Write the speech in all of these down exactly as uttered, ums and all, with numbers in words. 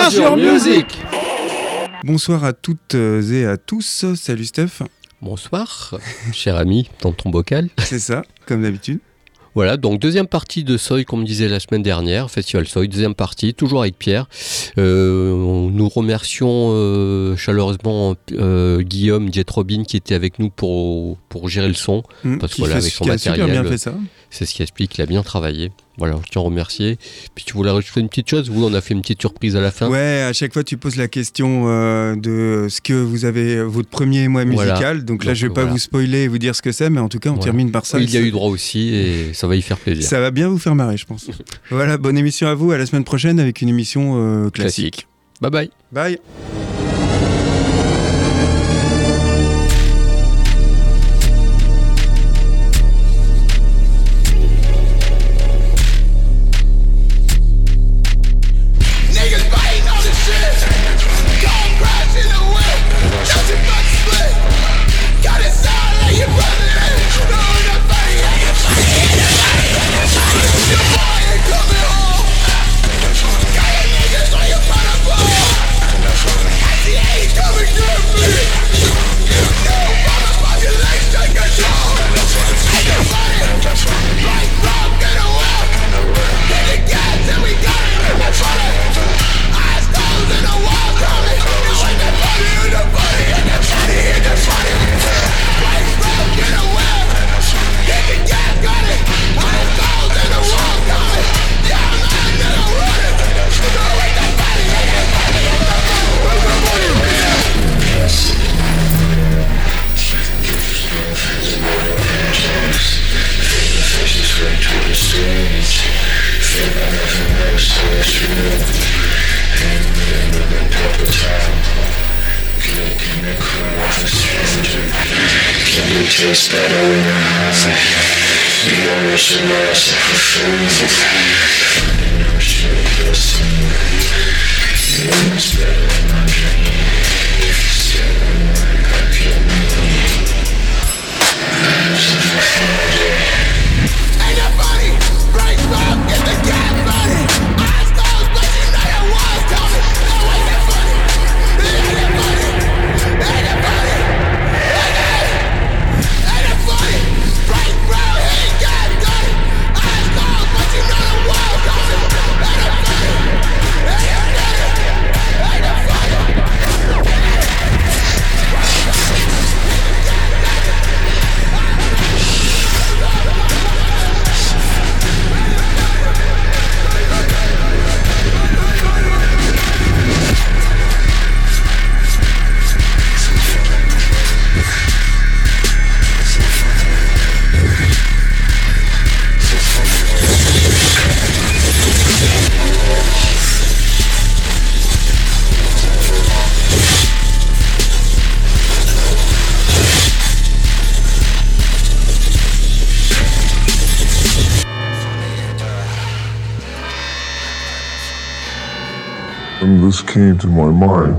Stars Your Music. Bonsoir à toutes et à tous. Salut Steph. Bonsoir, cher ami, dans ton bocal. C'est ça, comme d'habitude. Voilà, donc deuxième partie de Soy, comme on disait la semaine dernière, Festival Soy, deuxième partie, toujours avec Pierre. Euh, nous remercions euh, chaleureusement euh, Guillaume Jet Robin qui était avec nous pour, pour gérer le son. Mmh, parce que voilà, avec son matériel, super bien fait ça. C'est ce qui explique qu'il a bien travaillé. Voilà, je tiens à remercier. Puis tu voulais rajouter une petite chose, vous, on a fait une petite surprise à la fin. Ouais, à chaque fois tu poses la question euh, de ce que vous avez, votre premier mois musical. Voilà. Donc, Donc là, je vais pas voilà. vous spoiler et vous dire ce que c'est, mais en tout cas, on voilà. termine par ça. Oui, il y a eu droit aussi et ça va y faire plaisir. Ça va bien vous faire marrer, je pense. Voilà, bonne émission à vous. À la semaine prochaine avec une émission euh, classique. classique. Bye bye. Bye. Tastes better when you're high. You know you should last for free. You know you should listen. You know it's better than my dream. Still like I kill me. There's a Friday. Ain't that funny? Break up, get the gas money. Eyes closed, but you know your walls coming. Oh, ain't that funny? Ain't that funny? Ain't that funny? And this came to my mind.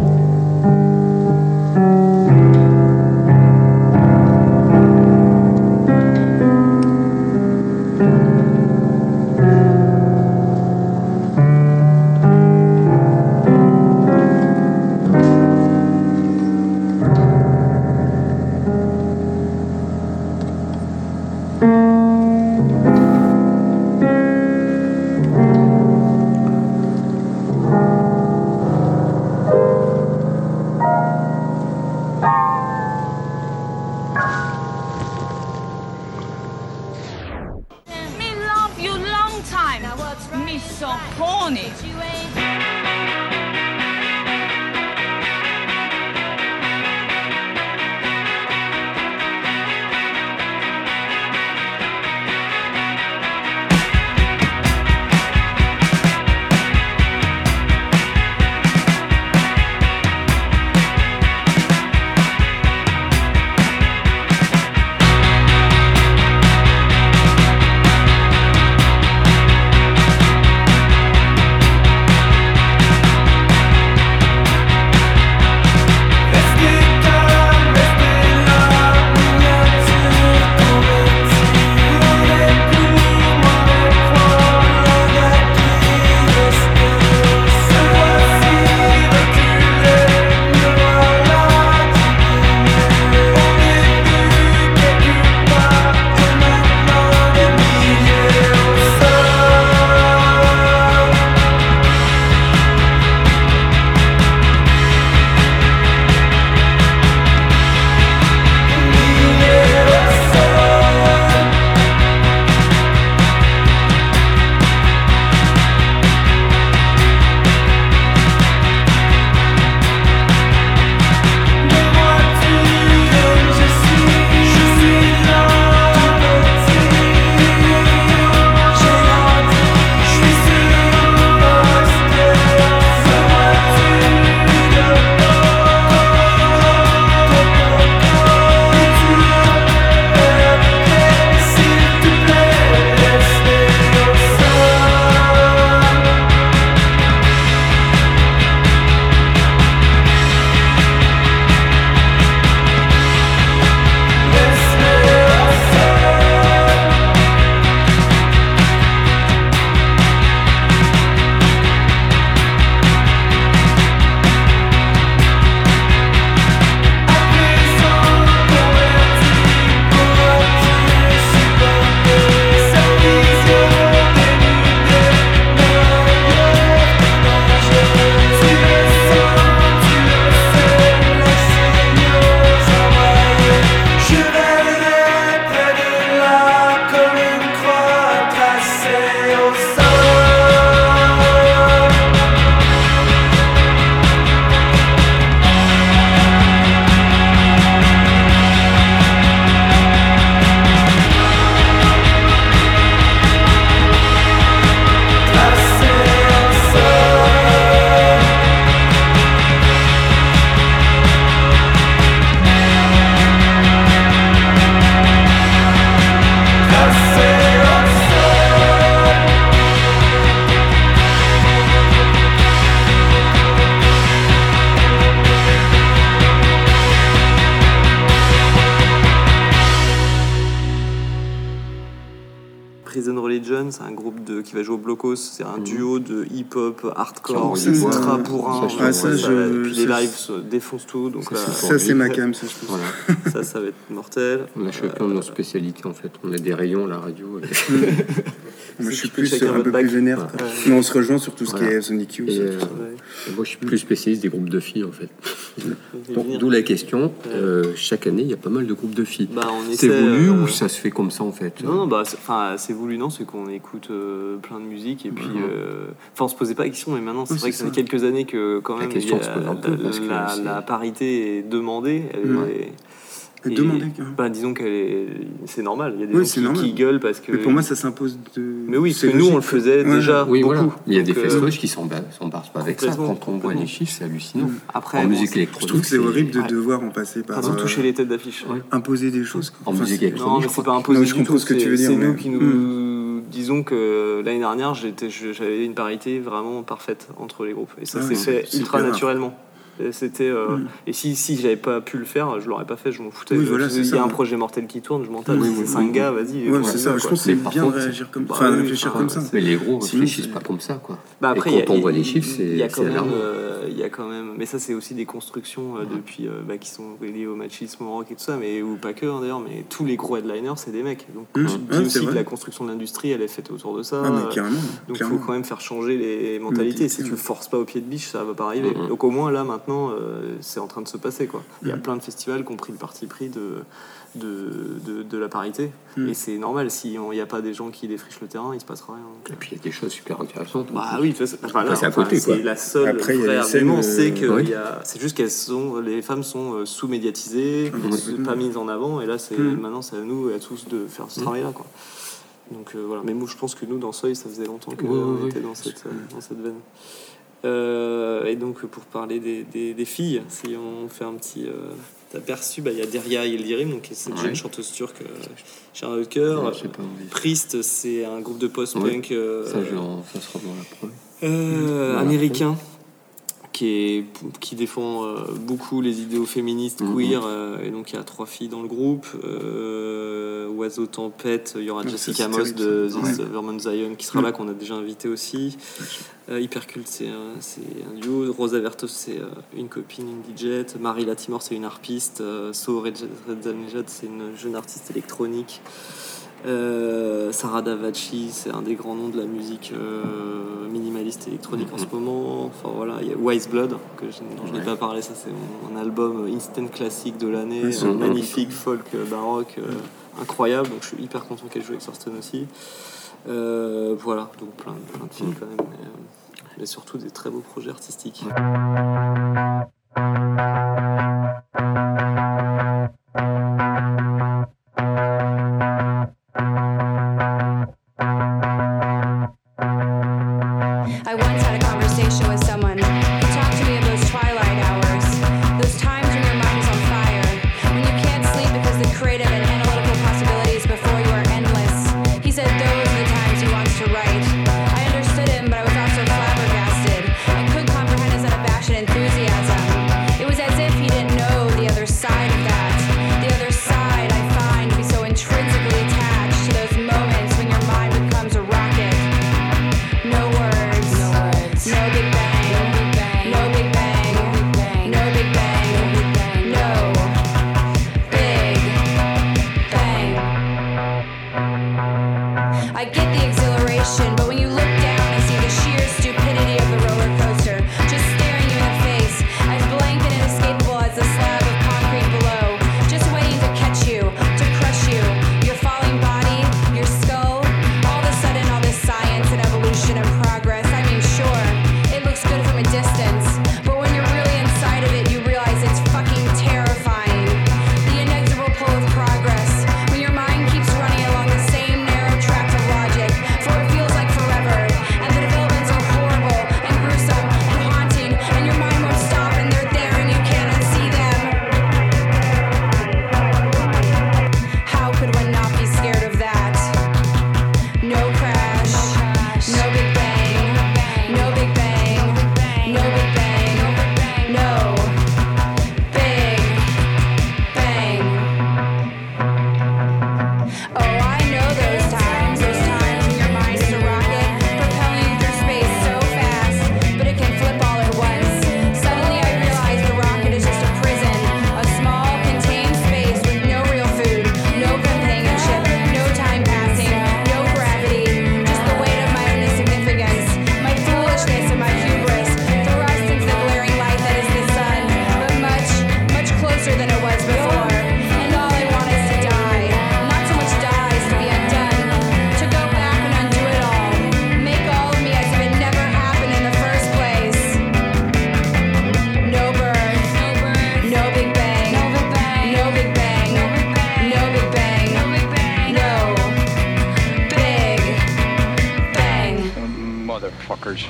Religion, c'est un groupe de, qui va jouer au Blocos, c'est un duo de hip-hop, hardcore, ultra bourrin. Ah, ça, je... Puis les lives se défoncent tout. Donc ça, là, c'est, ça, c'est ma cam, ça, je pense. Voilà. ça, ça va être mortel. On a chacun euh... nos spécialités, en fait. On a des rayons, la radio. Et... moi, je suis plus un peu plus vénère. Ouais. Mais on se rejoint sur tout ce voilà. qui est Sonic Youth. Et, euh, ouais. Moi, je suis plus spécialiste des groupes de filles, en fait. Donc, d'où la question. Euh, chaque année, il y a pas mal de groupes de filles. Bah, on c'est essaie, voulu euh... ou ça se fait comme ça, en fait? Non, non, bah, c'est, c'est voulu, non, c'est qu'on écoute euh, plein de musique et puis. Enfin, euh, on se posait pas la question, mais maintenant, c'est oui, vrai c'est que ça fait quelques années que, quand même, la, question, il y a, peu, la, la, la parité est demandée. Elle mmh. est, Et demander quand même. Bah, disons qu'elle est... c'est normal. Il y a des oui, gens qui, qui gueulent parce que. Mais pour moi, ça s'impose de. Mais oui, parce que nous, on le faisait ouais. déjà. Oui, beaucoup. Voilà. Il y a des fest euh... qui s'embarquent pas avec ça. Quand on voit les chiffres, c'est hallucinant. Mmh. Après, en bon, musique électronique. Je trouve que c'est horrible de ouais. devoir en passer par. Ils ont touché les têtes d'affiche. Ouais. Imposer des choses. En enfin, musique électronique. Non, mais c'est pas imposer. Non, je comprends ce que tu veux dire. C'est nous qui nous. Disons que l'année dernière, j'avais une parité vraiment parfaite entre les groupes. Et ça s'est fait ultra naturellement. C'était euh, mm. et si si j'avais pas pu le faire, je l'aurais pas fait, je m'en foutais. Oui, voilà, il y ça, a un ouais. projet mortel qui tourne, je m'en tape. Oui, c'est oui, cinq oui, gars, vas-y. Ouais, c'est ça. Je pense que c'est bien de réagir comme, enfin, réfléchir comme ça. Mais les gros réfléchissent pas comme ça, quoi. Bah après, et quand on voit les chiffres, c'est il y a quand même, il y a quand même. Mais ça, c'est aussi des constructions euh, depuis euh, bah, qui sont liées au machisme, au rock et tout ça, mais ou pas que hein, d'ailleurs. Mais tous les gros headliners, c'est des mecs. Donc je dis aussi que la construction de l'industrie, elle est faite autour de ça. Ah, carrément. Donc il faut quand même faire changer les mentalités. Si tu le forces pas au pied de biche, ça va pas arriver. Donc au moins là maintenant, c'est en train de se passer. Quoi. Il y a plein de festivals qui ont pris le parti pris de, de, de, de la parité. Mm. Et c'est normal, s'il n'y a pas des gens qui défrichent le terrain, il ne se passera rien. Donc... Et puis il y a des choses super intéressantes. Bah oui, c'est, enfin, là, c'est à côté. Enfin, Quoi. C'est la seule Après, vraie argument, euh... c'est que oui. y a... c'est juste qu'elles sont, les femmes sont sous-médiatisées, mmh. pas mises en avant. Et là, c'est, mmh. maintenant, c'est à nous et à tous de faire ce mmh. travail-là. Quoi. Donc euh, voilà. Mais moi, je pense que nous, dans Seuil, ça faisait longtemps qu'on oui, oui, était oui. dans cette, dans cette veine. Euh, et donc pour parler des, des, des filles, si on fait un petit euh, aperçu, bah, y a Derya Yildirim, donc c'est une ouais. jeune chanteuse turque, euh, Charles Cœur. Ouais, Priest, c'est un groupe de post-punk ouais. euh, ça, genre, ça sera dans la première. Euh, américain qui, est, qui défend euh, beaucoup les idéaux féministes, mm-hmm. queer, euh, et donc il y a trois filles dans le groupe. Euh, Oiseau Tempête, il y aura Jessica Moss de This ouais. Vermont Zion qui sera mm. là, qu'on a déjà invité aussi. Euh, Hypercult, c'est, euh, c'est un duo. Rosa Vertos, c'est euh, une copine, une D J. Marie Latimore, c'est une harpiste. Euh, So Redzamejad, c'est une jeune artiste électronique. Euh, Sarah Davachi, c'est un des grands noms de la musique euh, minimaliste électronique mm-hmm. en ce moment. Enfin voilà, il y a Wise Blood que je, dont je n'ai ouais. pas parlé, ça c'est mon, mon album instant classique de l'année, mm-hmm. un magnifique folk baroque euh, mm-hmm. incroyable. Donc je suis hyper content qu'elle joue avec Thurston aussi. Euh, voilà, donc plein, plein de films mm-hmm. quand même, mais, euh, mais surtout des très beaux projets artistiques. Forever motherfuckers.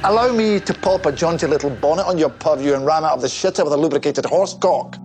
Allow me to pop a jaunty little bonnet on your purview and ram out of the shitter with a lubricated horse cock.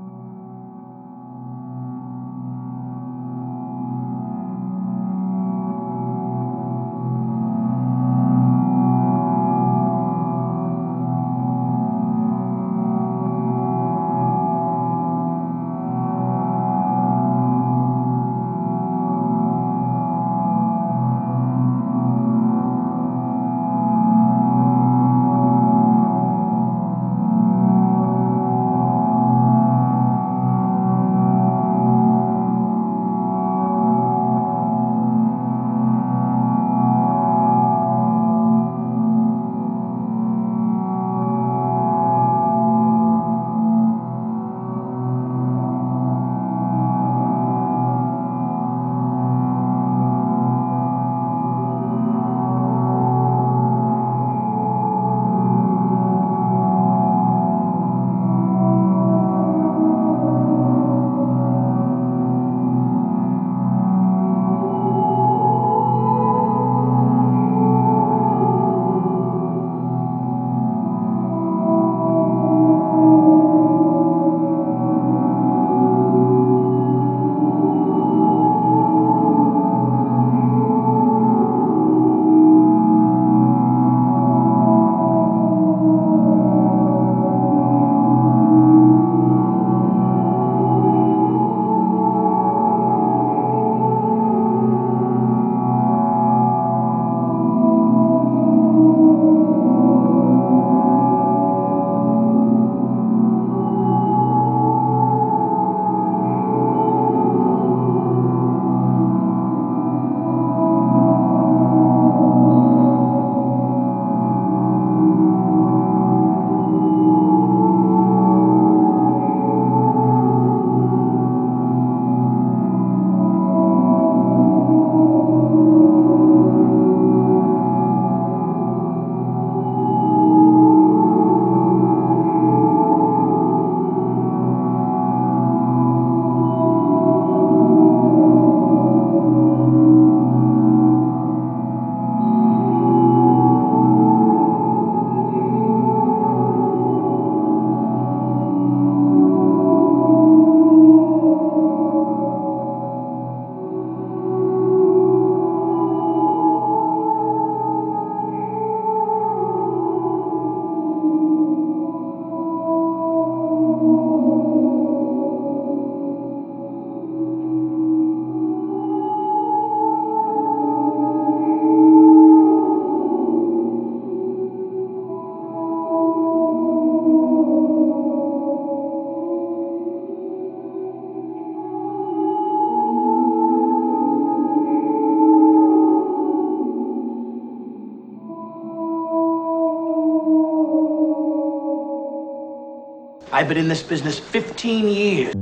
I've been in this business fifteen years.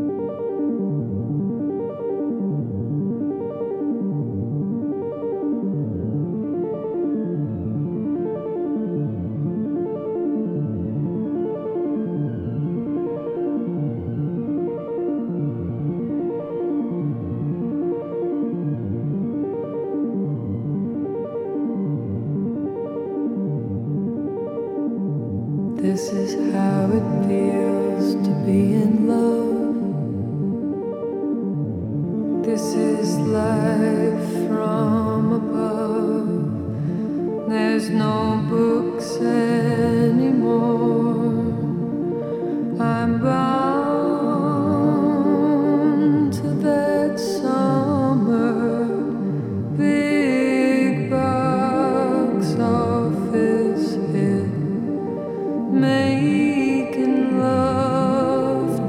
This is how it feels to be in love. This is life from above. There's no books anymore. I'm bound to that summer big box office hit. Making love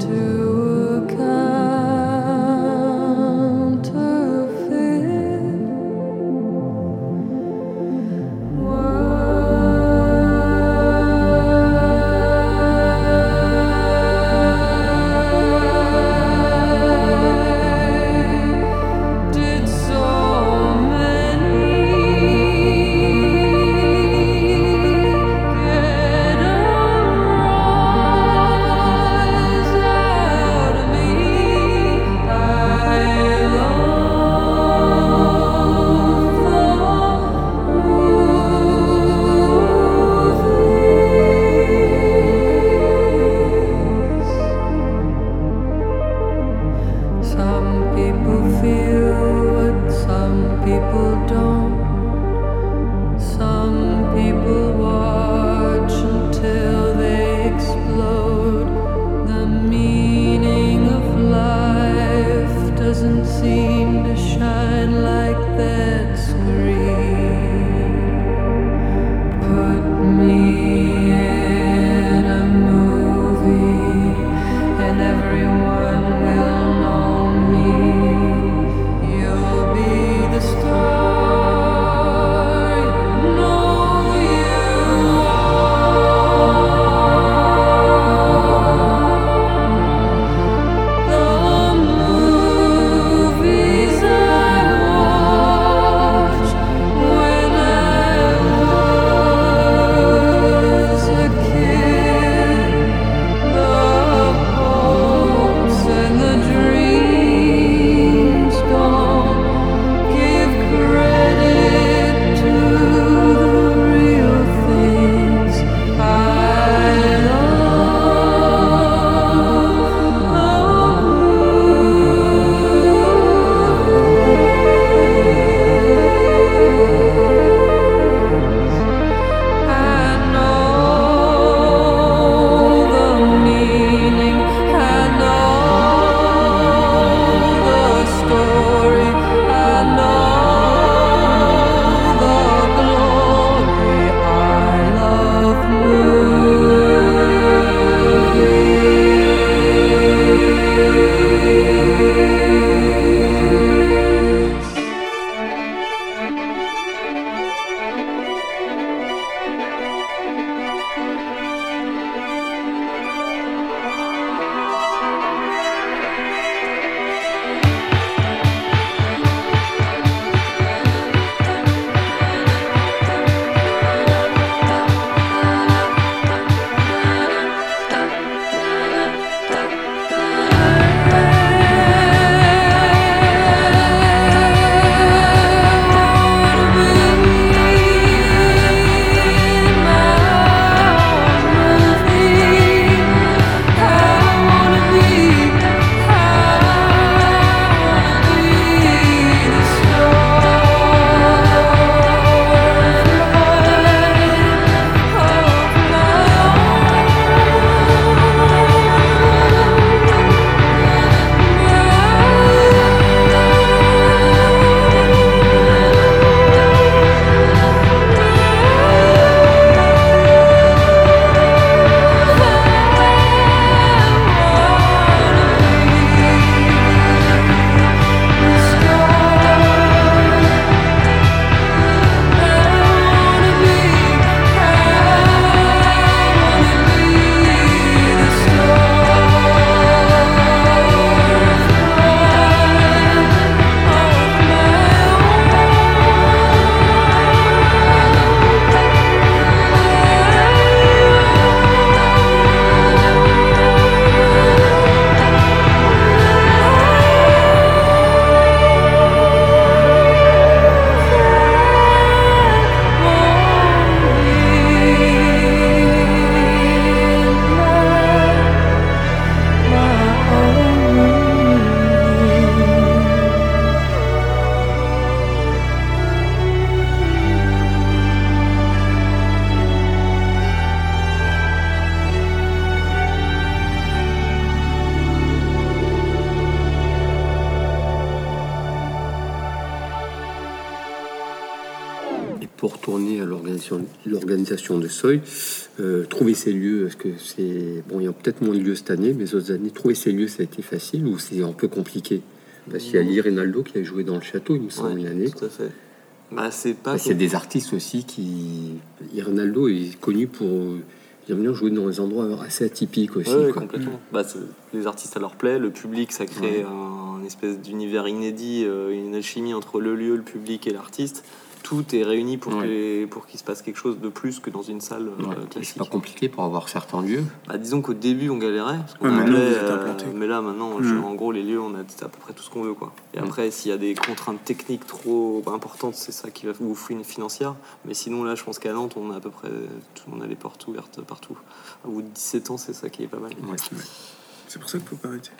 pour tourner à l'organisation, l'organisation de Seuil, euh, trouver ces lieux, est-ce que c'est... Bon, il y a peut-être moins de lieux cette année, mais les autres années, trouver ces lieux, ça a été facile ou c'est un peu compliqué? Parce qu'il y a Lee Rinaldo qui a joué dans le château, il me semble, ouais, une année. Tout à fait. Bah, c'est pas... Bah, c'est des artistes aussi qui... Lee Rinaldo est connu pour... Ils aiment bien jouer dans des endroits assez atypiques aussi. Ouais, quoi. complètement. Mmh. Bah, les artistes, ça leur plaît. Le public, ça crée ouais. un, un espèce d'univers inédit, euh, une alchimie entre le lieu, le public et l'artiste. Tout est réuni pour, ouais. que les, pour qu'il se passe quelque chose de plus que dans une salle ouais. euh, classique. C'est pas compliqué pour avoir certains lieux. Bah, disons qu'au début, on galérait. Parce qu'on ouais, allait, euh, mais là, maintenant, mmh. je, en gros, les lieux, on a à peu près tout ce qu'on veut. Quoi. Et mmh. après, s'il y a des contraintes techniques trop importantes, c'est ça qui va vous foutre une financière. Mais sinon, là, je pense qu'à Nantes, on a à peu près tout, on a les portes ouvertes partout. Au bout de dix-sept ans, c'est ça qui est pas mal. Ouais. C'est pour ça qu'il faut pas arrêter.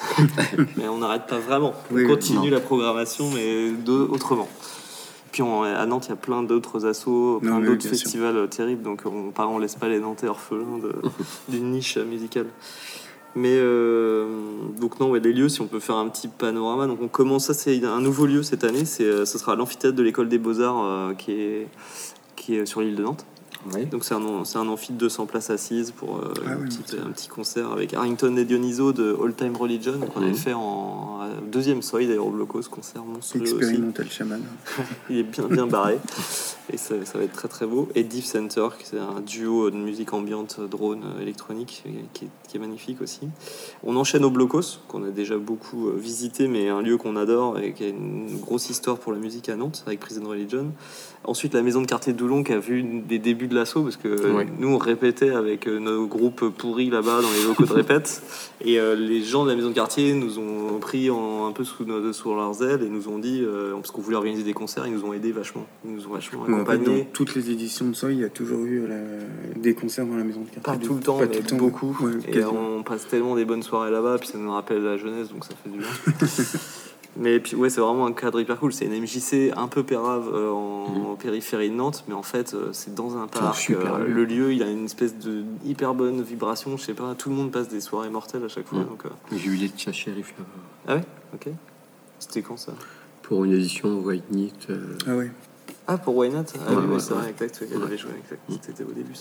Mais on n'arrête pas vraiment. On oui, continue non. la programmation, mais de, autrement. Puis on, à Nantes, il y a plein d'autres assos, plein non, d'autres festivals sûr. terribles, donc on ne laisse pas les Nantais orphelins de, d'une niche musicale. Mais euh, donc non, ouais, les lieux, si on peut faire un petit panorama, donc on commence, ça c'est un nouveau lieu cette année, c'est, ce sera l'amphithéâtre de l'école des Beaux-Arts euh, qui, est, qui est sur l'île de Nantes. Oui. Donc c'est un, c'est un amphi de deux cents places assises pour euh, ah, oui, petite, un petit concert avec Harrington et Dioniso de All Time Religion qu'on mmh. avait fait en euh, deuxième Seuil d'ailleurs au Bloco, ce concert monstrueux aussi. Expérimental Shaman. Il est bien bien barré et ça, ça va être très très beau. Et Deep Center, qui c'est un duo de musique ambiante drone électronique qui est, qui est magnifique aussi. On enchaîne au Blocos qu'on a déjà beaucoup visité, mais un lieu qu'on adore et qui a une grosse histoire pour la musique à Nantes avec Prison Religion. Ensuite, la maison de quartier de Doulon qui a vu des débuts de l'assaut parce que ouais. nous on répétait avec nos groupes pourris là-bas dans les locaux de répète et euh, les gens de la maison de quartier nous ont pris en, un peu sous, nos, sous leurs ailes et nous ont dit euh, parce qu'on voulait organiser des concerts, ils nous ont aidés vachement, ils nous ont vachement accompagnés. En fait, dans toutes les éditions de Seuil, il y a toujours eu la, des concerts dans la maison de quartier. Pas tout le temps, Pas mais tout le beaucoup. Temps. Ouais, et on passe tellement des bonnes soirées là-bas, puis ça nous rappelle la jeunesse, donc ça fait du bien. Mais puis ouais, c'est vraiment un cadre hyper cool. C'est une M J C un peu pérave euh, en, mmh. en périphérie de Nantes, mais en fait euh, c'est dans un parc. Euh, le lieu, il a une espèce de hyper bonne vibration. Je sais pas, tout le monde passe des soirées mortelles à chaque fois. Mmh. Donc, euh... J'ai eu les Tcha Shérif là. Ah ouais, ok. C'était quand ça? Pour une édition White Night. Euh... Ah ouais. Ah pour White Night. Ah ouais, oui, ouais, c'est ouais. vrai, exact. Elle ouais. avait joué, exact. Mmh. C'était au début ça.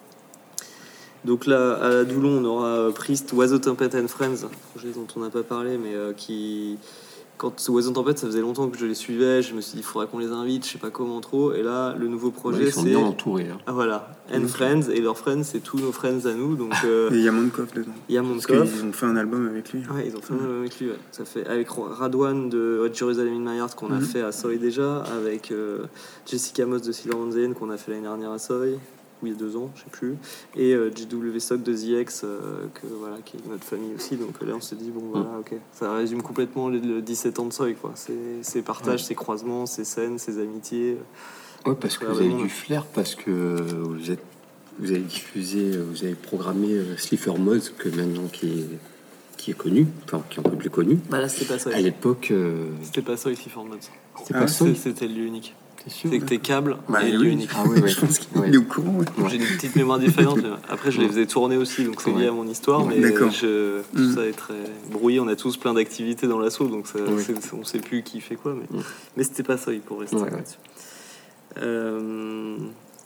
Donc là, à Doulon, on aura Priest, Oiseau Tempête and Friends, projet dont on n'a pas parlé, mais euh, qui... Quand Oiseau Tempête, ça faisait longtemps que je les suivais, je me suis dit, il faudrait qu'on les invite, je sais pas comment trop. Et là, le nouveau projet, ouais, ils sont c'est... bien entourés. Hein. Ah voilà, and mmh. Friends, et leurs friends, c'est tous nos friends à nous. Donc, euh... et il y a Mondkov dedans. Il y a Mondkov. Parce qu'ils ont fait un album avec lui. Ouais, ils ont fait un album avec lui, ouais. Ça fait avec Radwan de Hot Jerusalem in My Heart qu'on mmh. a fait à Seuil déjà, avec euh, Jessica Moss de Silver on the End qu'on a fait l'année dernière à Seuil. Il y a deux ans, je sais plus, et euh, J W Stock de The X, euh, que, voilà, qui est notre famille aussi, donc là on se dit, bon voilà, ok, ça résume complètement le, le dix-sept ans de Seuil, quoi. C'est, ces partages, ouais. ces croisements, ces scènes, ces amitiés. Oui, parce que vous avez du flair, parce que vous, êtes, vous avez diffusé, vous avez programmé Slipher Mods, que maintenant qui est, qui est connu, enfin qui est un peu plus connu. Bah là c'était pas Seuil. À l'époque. Euh... C'était pas Seuil, Slipher Mods. C'était ah, pas Seuil. C'était le lieu unique. Sûr, c'est que tes câbles bah, et oui. unique. Ah oui, oui. Je pense qu'il ouais. est au courant. Ouais. Bon, j'ai une petite mémoire défaillante. Après, je les faisais tourner aussi, donc c'est ouais. lié à mon histoire. Mais je, tout mmh. ça est très brouillé. On a tous plein d'activités dans l'assaut, donc ça, oui. c'est, on ne sait plus qui fait quoi. Mais, mmh. mais c'était pas ça, il faut rester ouais, là-dessus. Ouais. Euh...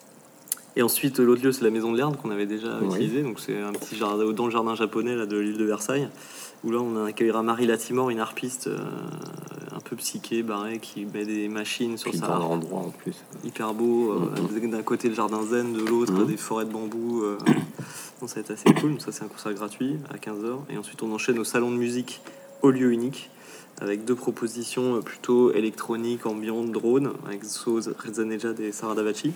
Et ensuite, l'autre lieu, c'est la Maison de l'Erde qu'on avait déjà ouais. utilisé. Donc c'est un petit jardin dans le jardin japonais là, de l'île de Versailles, où là on accueillera Marie Latimore, une harpiste euh, un peu psyché, barrée, qui met des machines sur puis sa dans un endroit en plus hyper beau, euh, mm-hmm. d'un côté le jardin zen, de l'autre mm-hmm. des forêts de bambou. Euh, donc ça va être assez cool. Donc ça c'est un concert gratuit à quinze heures, et ensuite on enchaîne au salon de musique au lieu unique avec deux propositions plutôt électroniques, ambiantes, drone, avec Zoe Rezanejad et Sarah Davachi.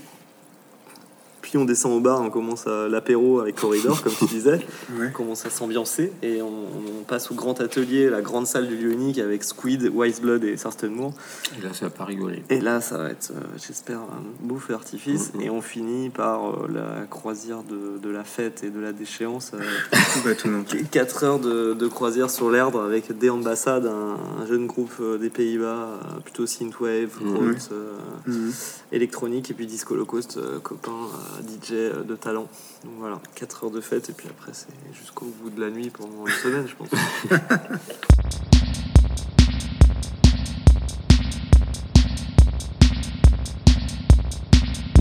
Puis on descend au bar, on commence à l'apéro avec Corridor, comme tu disais, ouais. on commence à s'ambiancer, et on, on passe au grand atelier, la grande salle du lieu unique avec Squid, Wise Blood et Thurston Moore. Et là ça va pas rigoler. Et là ça va être, euh, j'espère, un beau feu d'artifice, mm-hmm. et on finit par euh, la croisière de, de la fête et de la déchéance. Euh, quatre heures de, de croisière sur l'Erdre avec des ambassades, un, un jeune groupe euh, des Pays-Bas, euh, plutôt synthwave, mm-hmm. Roth, euh, mm-hmm. électronique, et puis Disco Holocaust, euh, copain. Euh, D J de talent. Donc voilà, quatre heures de fête, et puis après c'est jusqu'au bout de la nuit pendant une semaine, je pense.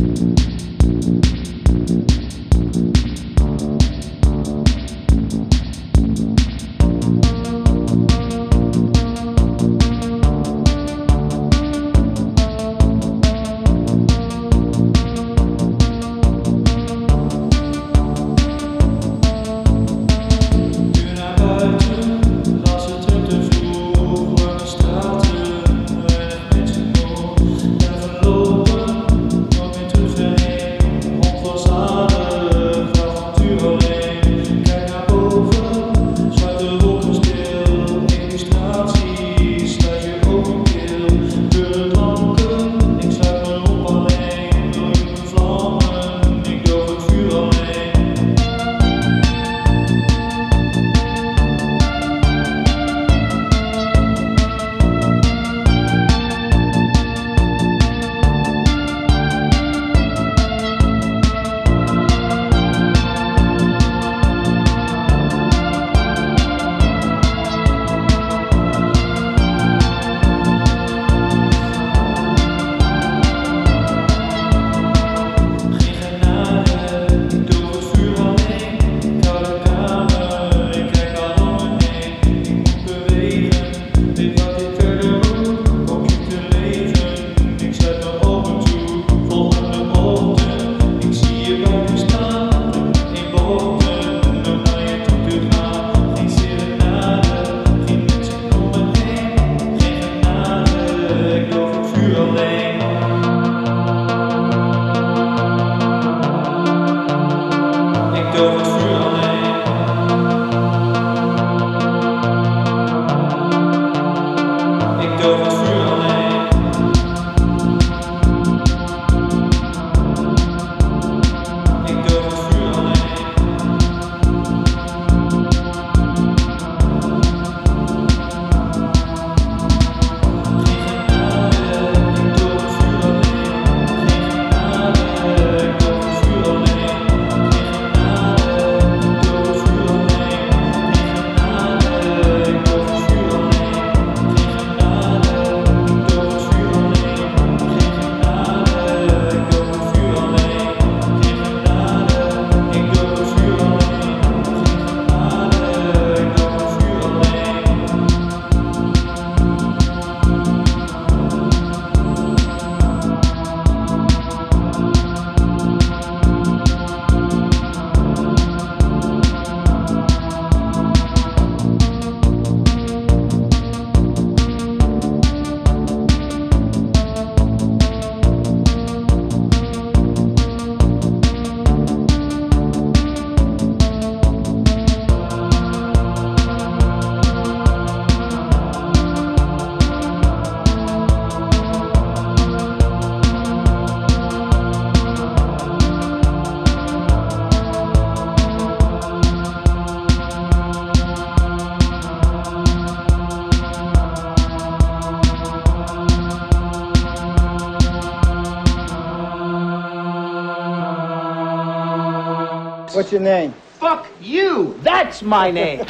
What's your name? Fuck you! That's my name!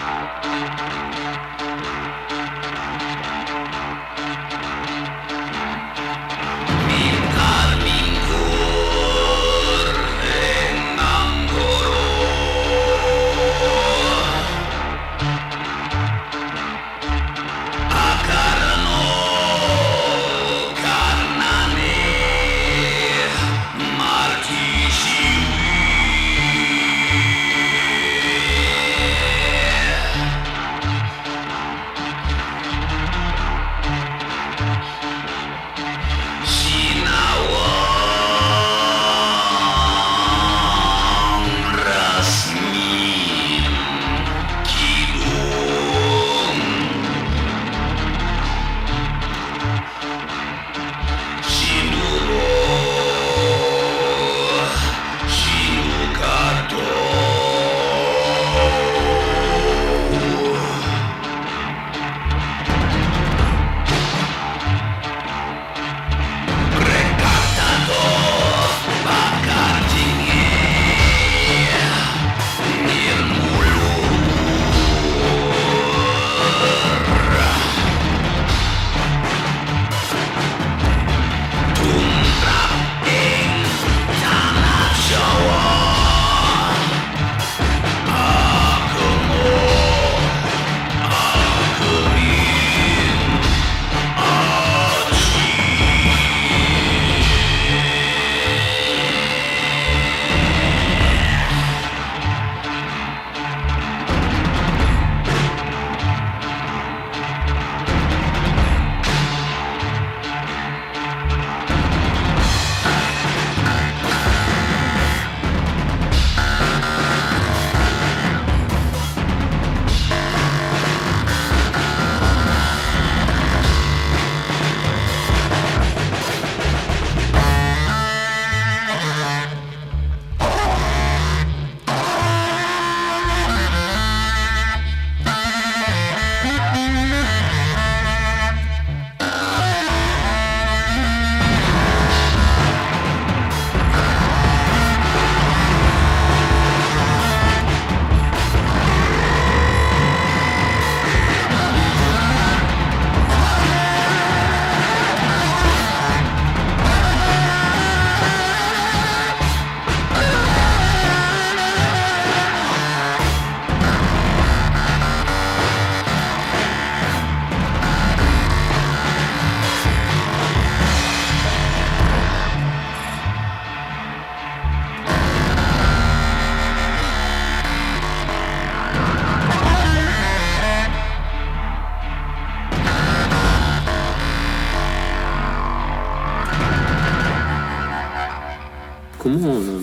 comment, euh,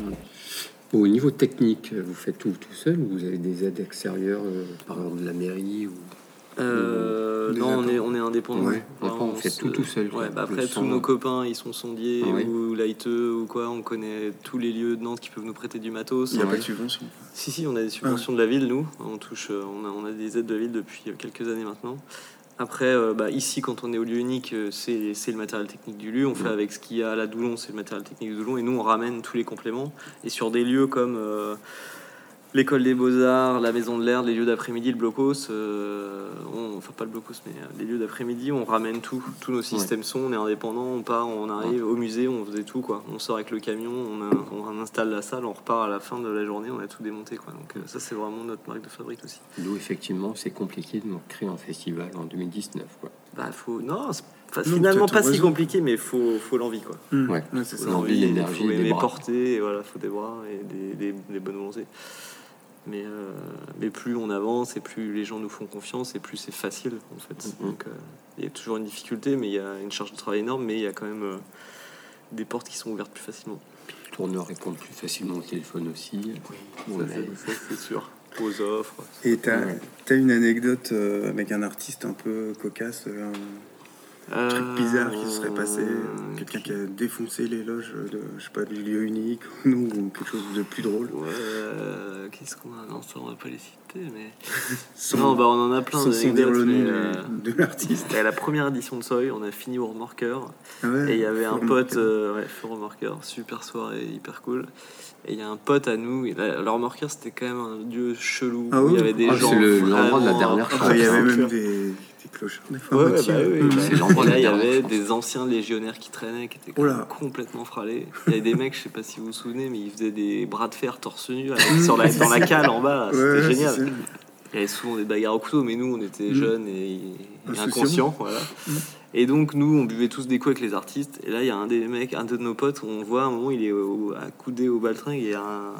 au niveau technique, vous faites tout tout seul ou vous avez des aides extérieures, euh, par exemple de la mairie ou Euh, non, on est, on est indépendant. Ouais, Enfin, on, on fait tout tout seul. Ouais, bah après, tous nos copains, ils sont sondiers ah, ouais. ou lighteux ou quoi. On connaît tous les lieux de Nantes qui peuvent nous prêter du matos. Il n'y a ouais. pas de subvention. Si, si, on a des subventions ah. de la ville, nous. On touche, on a, on a des aides de la ville depuis quelques années maintenant. Après, euh, bah, ici, quand on est au lieu unique, c'est, c'est le matériel technique du lieu. On fait avec ce qu'il y a à la Doulon, c'est le matériel technique du Doulon. Et nous, on ramène tous les compléments. Et sur des lieux comme euh, l'école des beaux-arts, la maison de l'air, les lieux d'après-midi, le blocos, euh, on, enfin pas le blocos, mais les lieux d'après-midi, on ramène tout. Tous nos systèmes ouais. son, on est indépendant, on part, on arrive ouais. au musée, on faisait tout, quoi. On sort avec le camion, on, a, on installe la salle, on repart à la fin de la journée, on a tout démonté, quoi. Donc euh, ça, c'est vraiment notre marque de fabrique aussi. D'où, effectivement, c'est compliqué de créer un festival en deux mille dix-neuf, quoi. Bah, faut... Non, c'est Enfin, non, finalement pas si compliqué, mais il faut, faut l'envie, quoi. Mmh. Ouais, ouais, c'est faut ça. L'envie, l'énergie, il faut aimer porter, et voilà, faut des bras et des, des, des bonnes volontés. Mais, euh, mais plus on avance et plus les gens nous font confiance et plus c'est facile, en fait. Mmh. Donc euh, il y a toujours une difficulté, mais il y a une charge de travail énorme, mais il y a quand même euh, des portes qui sont ouvertes plus facilement. Les tourneurs répondent plus facilement au téléphone aussi. Oui, ça, c'est, ça, c'est sûr. Aux offres. Et t'as, ouais. t'as une anecdote euh, avec un artiste un peu cocasse euh, un truc bizarre qui se serait passé, euh, quelqu'un qui... qui a défoncé les loges de, je sais pas, du lieu unique ou quelque chose de plus drôle. Ouais, euh, qu'est-ce qu'on a? Non, ça on va pas les citer, mais sans, non, bah on en a plein. Sans, sans dire le nom euh... de l'artiste. À la première édition de Soy, on a fini au remorqueur ah ouais, et il y avait un pote, euh, ouais, au remorqueur, super soirée, hyper cool. Et il y a un pote à nous, et là, le remorqueur c'était quand même un lieu chelou. Ah oui, il y avait des ah, gens. C'est le, l'endroit de la dernière fois. Ah, il y avait même des. Clochards, des fois, ouais, bah, oui, bah, c'est l'endroit là il y avait des anciens légionnaires qui traînaient, qui étaient oh complètement fralés. Il y avait des mecs, je sais pas si vous vous souvenez, mais ils faisaient des bras de fer torse nu avec, sur la, dans la cale en bas, là. C'était ouais, génial. C'est il y avait souvent des bagarres au couteau, mais nous on était mmh. jeunes et, et inconscients, voilà. Mmh. Et donc nous on buvait tous des coups avec les artistes. Et là il y a un des mecs, un de nos potes, on voit à un moment il est au, accoudé au baltringue et il y a un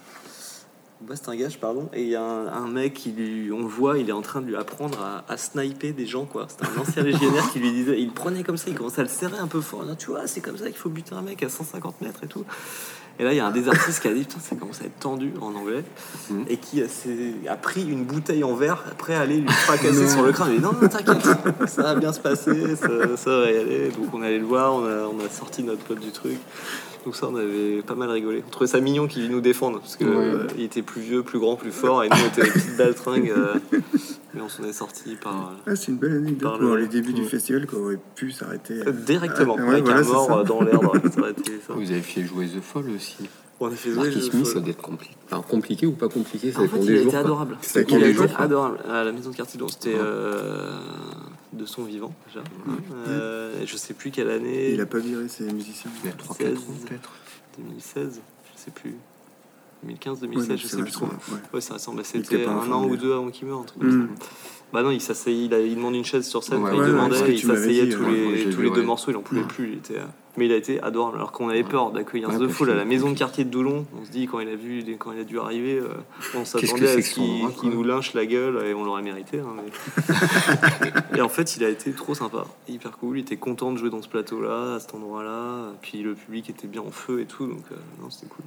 bastingage, pardon, et il y a un, un mec qui lui, on le voit, il est en train de lui apprendre à, à sniper des gens, quoi. C'était un ancien légionnaire qui lui disait, il le prenait comme ça, il commençait à le serrer un peu fort. Non, tu vois, c'est comme ça qu'il faut buter un mec à cent cinquante mètres et tout. Et là, il y a un des artistes qui a dit, putain, ça commence à être tendu en anglais, mmh. et qui a, a pris une bouteille en verre, après aller lui fracasser sur le crâne. Il dit, non, non, t'inquiète, ça va bien se passer, ça, ça va y aller. Donc on allait le voir, on a, on a sorti notre pote du truc. Donc ça, on avait pas mal rigolé. On trouvait ça mignon qu'il nous défende, parce qu'il ouais. euh, était plus vieux, plus grand, plus fort, et nous, on était des petites baltringues. Euh, mais on s'en est sortis par... Ah, c'est une belle anecdote pour le... les débuts mmh. du festival, qu'on aurait pu s'arrêter... Euh, directement, ah, ouais, avec voilà, un mort ça. Dans l'herbe. Ça. Vous avez fait jouer The Fall aussi. On a fait jouer Marquis Smith, ça doit être compliqué. Enfin, compliqué ou pas compliqué, ça en fait, il des a jours, été adorable. Ça il a été jours, adorable. À la maison de quartier, donc c'était... Euh... de son vivant déjà. Mmh. Euh, je sais plus quelle année. Il a pas viré ses musiciens. Il y a trois quatre ans peut-être. deux mille seize, je sais plus. deux mille quinze, deux mille seize, ouais, je sais plus trop. Ouais, ouais ça ressemble. Bah, c'était un an ou deux avant qu'il meure, un truc comme mmh. ça. Bah non, il s'asseyait, il, a, il demande une chaise sur scène, ouais, quand ouais, il demandait, ouais, il s'asseyait tous les, tous les deux morceaux, il en pouvait ouais. plus. Il était, mais il a été adorable. Alors qu'on avait peur d'accueillir ouais, The Fall à la maison de quartier de Doulon, on se dit quand il a vu, quand il a dû arriver, euh, on s'attendait à ce qu'il, qu'il nous lynche la gueule et on l'aurait mérité. Hein, mais... et en fait, il a été trop sympa, hyper cool. Il était content de jouer dans ce plateau-là, à cet endroit-là. Puis le public était bien en feu et tout, donc euh, non, c'était cool.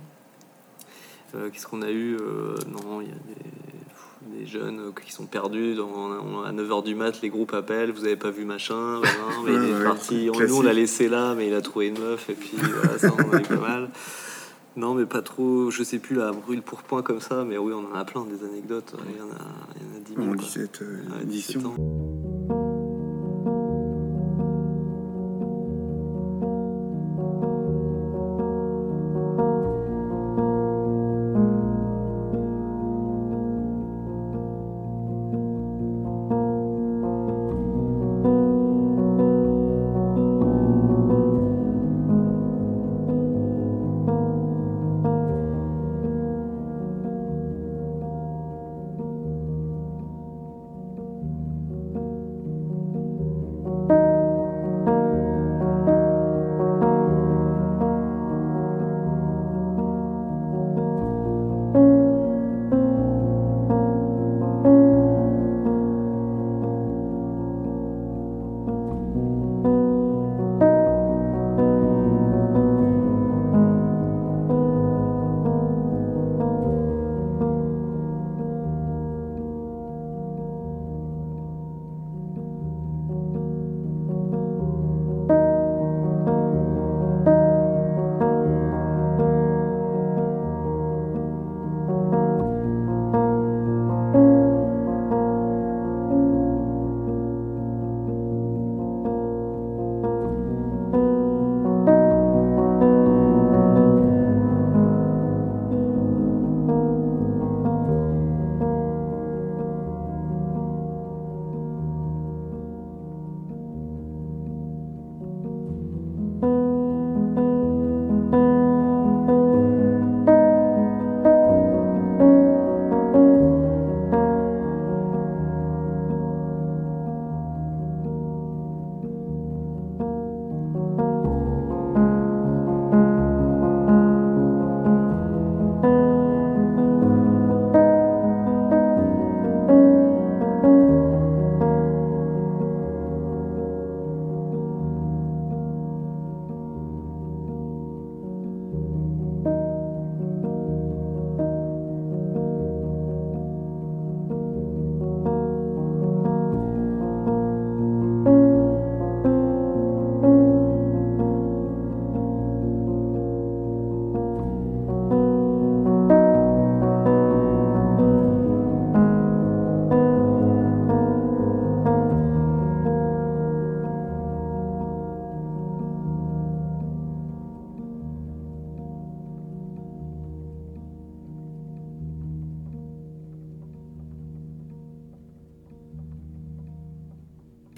Euh, qu'est-ce qu'on a eu euh, Non, il y a des, des jeunes euh, qui sont perdus. Dans, à neuf heures du mat, les groupes appellent. Vous avez pas vu machin bah non, mais ouais, il est ouais, parti. On, nous, on l'a laissé là, mais il a trouvé une meuf. Et puis voilà, ça, on en a eu pas mal. Non, mais pas trop. Je sais plus, là, brûle pour point comme ça. Mais oui, on en a plein des anecdotes. Il y en a, il y en a dix mille. En dix-sept euh, éditions.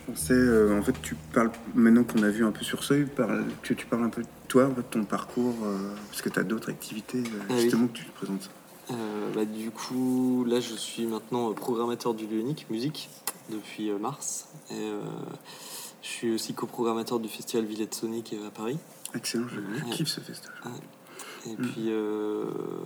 français, euh, en fait, tu parles, maintenant qu'on a vu un peu sur Seuil, parle, que tu parles un peu de toi, de ton parcours, euh, parce que tu as d'autres activités, euh, Ah oui. justement, que tu te présentes. Euh, bah, du coup, là, je suis maintenant programmateur du lieu unique, musique, depuis euh, mars. Et, euh, je suis aussi coprogrammateur du festival Villette Sonic à Paris. Excellent, je Ouais. kiffe ce festival. Ouais. Et Mm. puis, euh,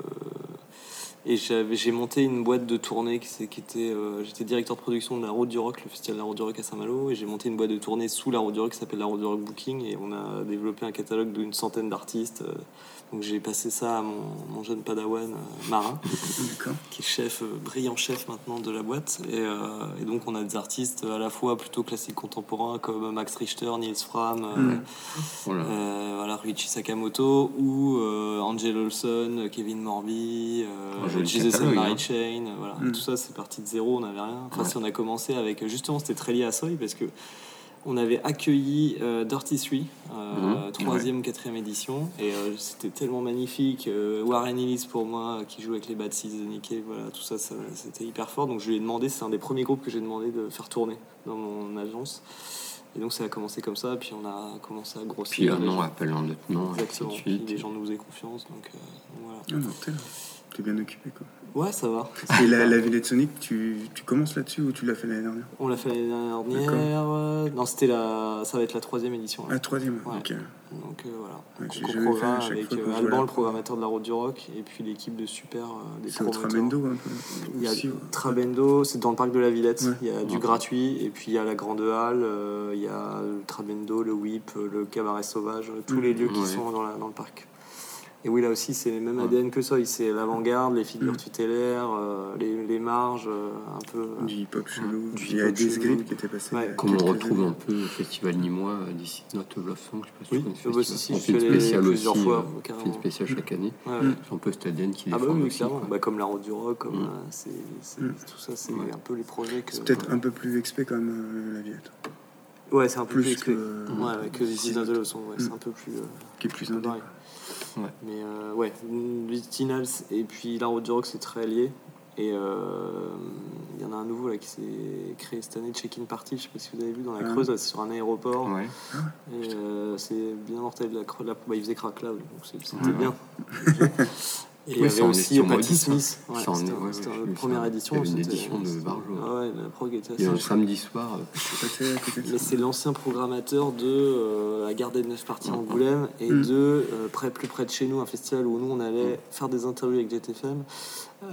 et j'avais, j'ai monté une boîte de tournée qui, c'est- qui était, euh, j'étais directeur de production de la Route du Rock, le festival de la Route du Rock à Saint-Malo, et j'ai monté une boîte de tournée sous la Route du Rock qui s'appelle la Route du Rock Booking, et on a développé un catalogue d'une centaine d'artistes. euh, Donc j'ai passé ça à mon, mon jeune padawan euh, Marin, D'accord. qui est chef, euh, brillant chef maintenant de la boîte. Et, euh, et donc on a des artistes à la fois plutôt classiques contemporains comme Max Richter, Niels Fram, euh, Mm. Voilà. euh, voilà, Ryuichi Sakamoto, ou euh, Angel Olsen, Kevin Morby, euh, Un joli Jesus and catalogue, Mary hein. Chain. Voilà. Mm. Tout ça c'est parti de zéro, on n'avait rien. Enfin Ouais. si on a commencé avec, justement c'était très lié à Soy parce que on avait accueilli euh, Dirty Three, euh, Mhm. troisième ou quatrième édition, et euh, c'était tellement magnifique. Euh, Warren Ellis pour moi, euh, qui joue avec les Bad Seeds de Nikkei, voilà, tout ça, ça, c'était hyper fort. Donc je lui ai demandé, c'est un des premiers groupes que j'ai demandé de faire tourner dans mon agence. Et donc ça a commencé comme ça, puis on a commencé à grossir. Puis un Les nom gens- appelle un autre nom, et ainsi Exactement. de Puis suite. les gens nous faisaient confiance, donc, euh, donc voilà. Ah non, t'es, t'es bien occupé, quoi. Ouais, ça va. Et la, la Villette Sonic, tu, tu commences là-dessus ou tu l'as fait l'année dernière? On l'a fait l'année dernière. euh, Non, c'était la. Ça va être la troisième édition. là. Ah, troisième, Ouais. ok. Donc euh, voilà. Ouais, Donc, j'ai on jamais co-programme fait à chaque avec fois euh, quand je Alban, vois la- le programmateur de la Route du Rock, et puis l'équipe de super euh, des C'est au promoteurs. Trabendo, un peu. Il y a aussi, ouais. Trabendo, c'est dans le parc de la Villette. Ouais. Il y a du Ouais. gratuit, et puis il y a la Grande Halle, euh, il y a le Trabendo, le Whip, euh, le Cabaret Sauvage, euh, tous Mm. les lieux qui Ouais. sont dans, la- dans le parc. Et oui, là aussi, c'est les mêmes Ouais. A D N que ça. C'est l'avant-garde, les figures Mm. tutélaires, euh, les, les marges, euh, un peu. euh, Du hip-hop chelou. Du Il y a hip-hop des chelou. Grip qui était passé. Ouais. il y a Comme on quelques retrouve années. un peu au festival nîmois euh, d'ici Note Love Song, je sais pas si Oui, tu connais ce ah bah, si, festival. si, On je fait une suis allé spéciale plusieurs aussi, fois, euh, on fait carrément. une spéciale chaque année. Ouais, ouais. C'est un peu cette A D N qui Ah bah défend oui, aussi. clairement. quoi. Bah, comme la Route du Rock, comme Mm. euh, c'est, c'est- Mm. tout ça, c'est Ouais. un peu les projets que. C'est peut-être un peu plus expé quand même, euh, la Villette. Ouais, c'est un peu plus, plus expé. que- Ouais, ouais, que les Six Dix de autres. leçons, ouais, Mm. c'est un peu plus. euh, Qui est plus un peu indé. pareil. Ouais. Mais euh, ouais, Vitinals et puis la Route du Rock, c'est très lié. Et euh, il y en a un nouveau là qui s'est créé cette année, Check-in Party, je sais pas si vous avez vu dans la Ah. Creuse, là, c'est sur un aéroport. Ouais. Et euh, c'est bien mortel, la, Creuse- la, bah, il faisait crack là, donc c'est- c'était Ouais. bien. Et il y Oui, avait ça en est aussi sur Patty Maudit, ça. Smith. Ouais, Ça en est- c'était ouais, ouais, c'était j'ai la vu première ça. édition. Il y avait une c'était- édition de c'était- Barjo. Ah ouais, la prog était Et assez un chouette. samedi soir, euh, C'est passé à côté de Mais ça. c'est l'ancien programmateur de euh, la Gare des Neuf Parties Mhm. Angoulême et Mhm. de euh, près, plus près de chez nous, un festival où nous on allait faire des interviews avec Jet F M euh,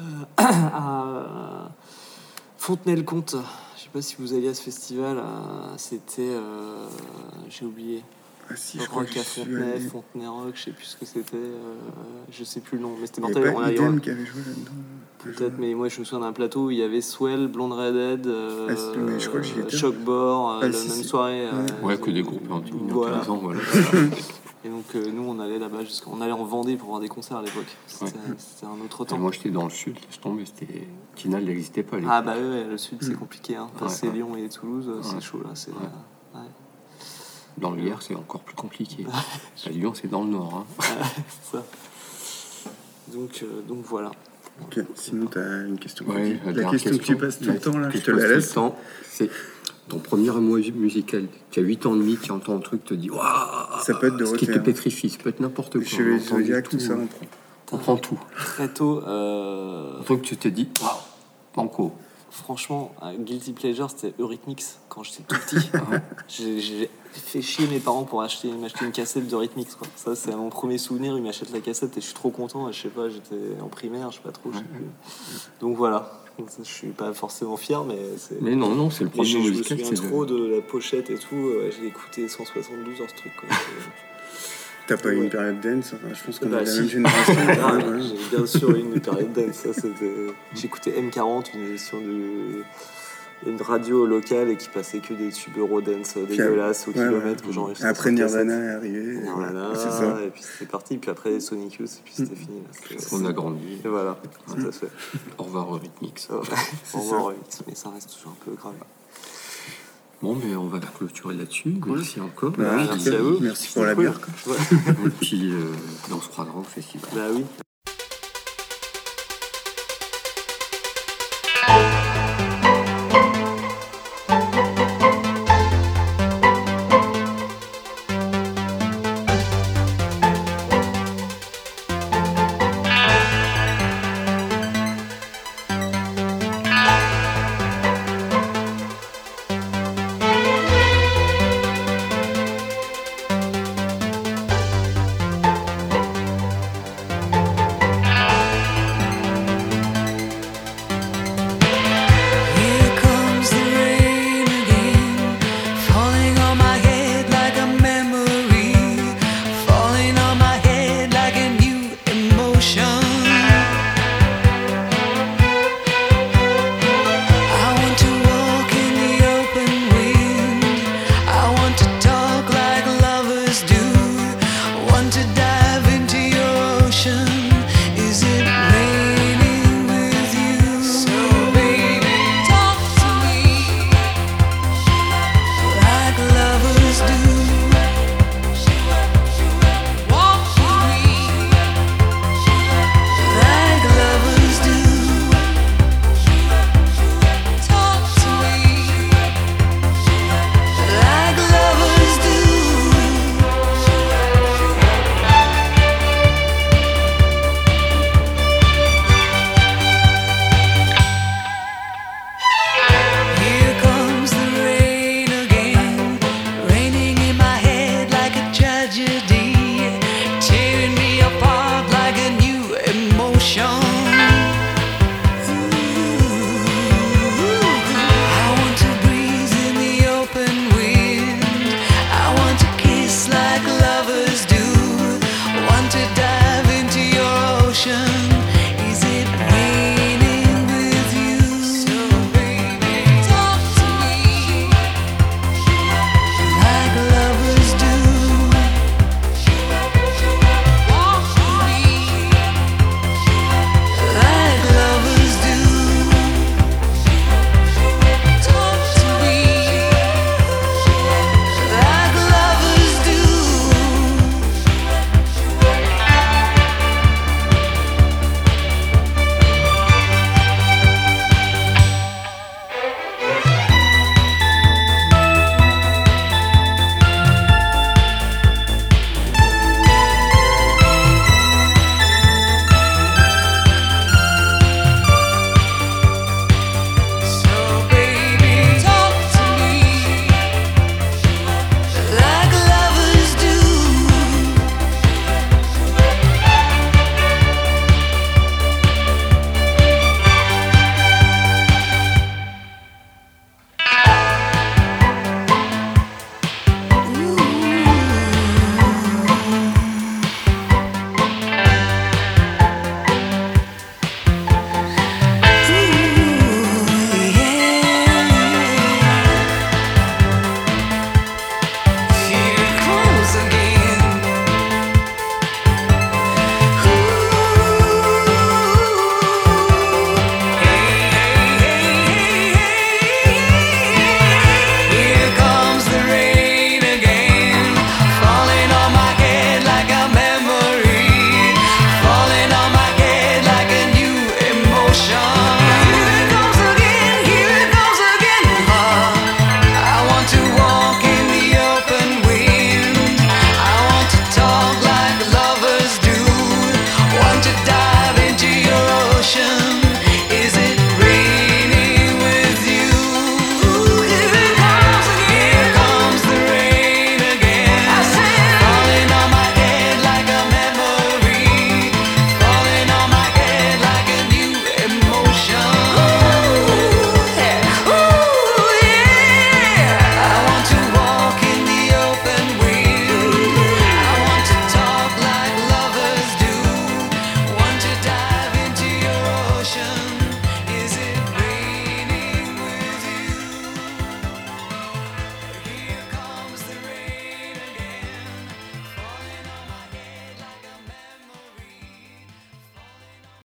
à Fontenay-le-Comte. Je sais pas si vous alliez à ce festival. euh, C'était, euh, j'ai oublié. Ah si, je crois Rock que à je suis Fontenay, allé. Fontenay Rock, je sais plus ce que c'était. euh, je sais plus le nom, mais c'était Il n'y mortel. avait On pas a- Idem qui avait joué là-dedans. Peut-être, mais moi je me souviens d'un plateau où il y avait Swell, Blonde Redhead, euh, Ah, si, mais je crois que j'y étais. Shockbore, euh, Ah, la si, même si. soirée. euh, ouais, que des groupes un petit peu Voilà. intéressants, voilà. Et donc euh, nous on allait là-bas jusqu'à, on allait en Vendée pour voir des concerts à l'époque. C'était, Ouais. c'était un autre Et temps. moi j'étais dans le sud, laisse tomber, c'était. Tina, elle n'existait pas à l'époque. Ah bah ouais, le sud c'est compliqué. Hein. Passer Ouais, ouais. Lyon et Toulouse, euh, c'est Ouais. chaud là. C'est, Ouais. euh, ouais. Dans le Lierre, c'est encore plus compliqué. À Lyon, c'est dans le nord. Hein. C'est ça. Donc, euh, donc voilà. Ok, sinon t'as une question. Ouais, la dernière question, que tu passes tout la- le temps là, que je tu te la passes tout le laisse. temps, c'est ton premier amour musical. Tu as huit ans et demi, tu entends un truc, te dis waouh. Ça peut être Ce qui te Dorothée. pétrifie, ça peut être n'importe quoi. Je vais On entend Zodiac, du tout ça, on prend. On prend tout. Très tôt, euh, Un truc que tu te dis waouh, banco. franchement, un guilty pleasure c'était Eurythmics quand j'étais tout petit. j'ai, j'ai fait chier mes parents pour acheter, m'acheter une cassette d'Eurythmics. Quoi. Ça c'est mon premier souvenir, ils m'achètent la cassette et je suis trop content. Je sais pas, j'étais en primaire, je sais pas trop. Je sais plus. Donc voilà, je suis pas forcément fier, mais c'est. Mais non, non, c'est le Mais premier je, je me musical. souviens c'est trop le... de la pochette et tout. euh, J'ai écouté cent soixante-douze heures ce truc. Quoi. T'as pas eu Ouais. une période dance, enfin, je pense qu'on Bah, est de la si. même génération. Ah, ouais, ouais. j'ai bien sûr eu une période dance. Ça, c'était... J'écoutais M quarante, une émission de une radio locale et qui passait que des tubes Eurodance dégueulasses au Ouais, kilomètre ouais. que j'enregistrais. Après sur Nirvana cassette. est arrivé. Nirvana, C'est ça. et puis c'était parti. Puis après Sonic Youth, et puis c'était fini. Là. C'était- On a grandi. Et voilà, tout à fait. Au revoir Eurythmics. Ouais. Au revoir, Eurythmics, mais ça reste toujours un peu grave. Bon, mais on va clôturer là-dessus. Merci encore. Bah, Merci à vous. Merci pour la C'était bière. cool. quoi. Ouais. Et puis, euh, on se croisera au festival. Bah oui.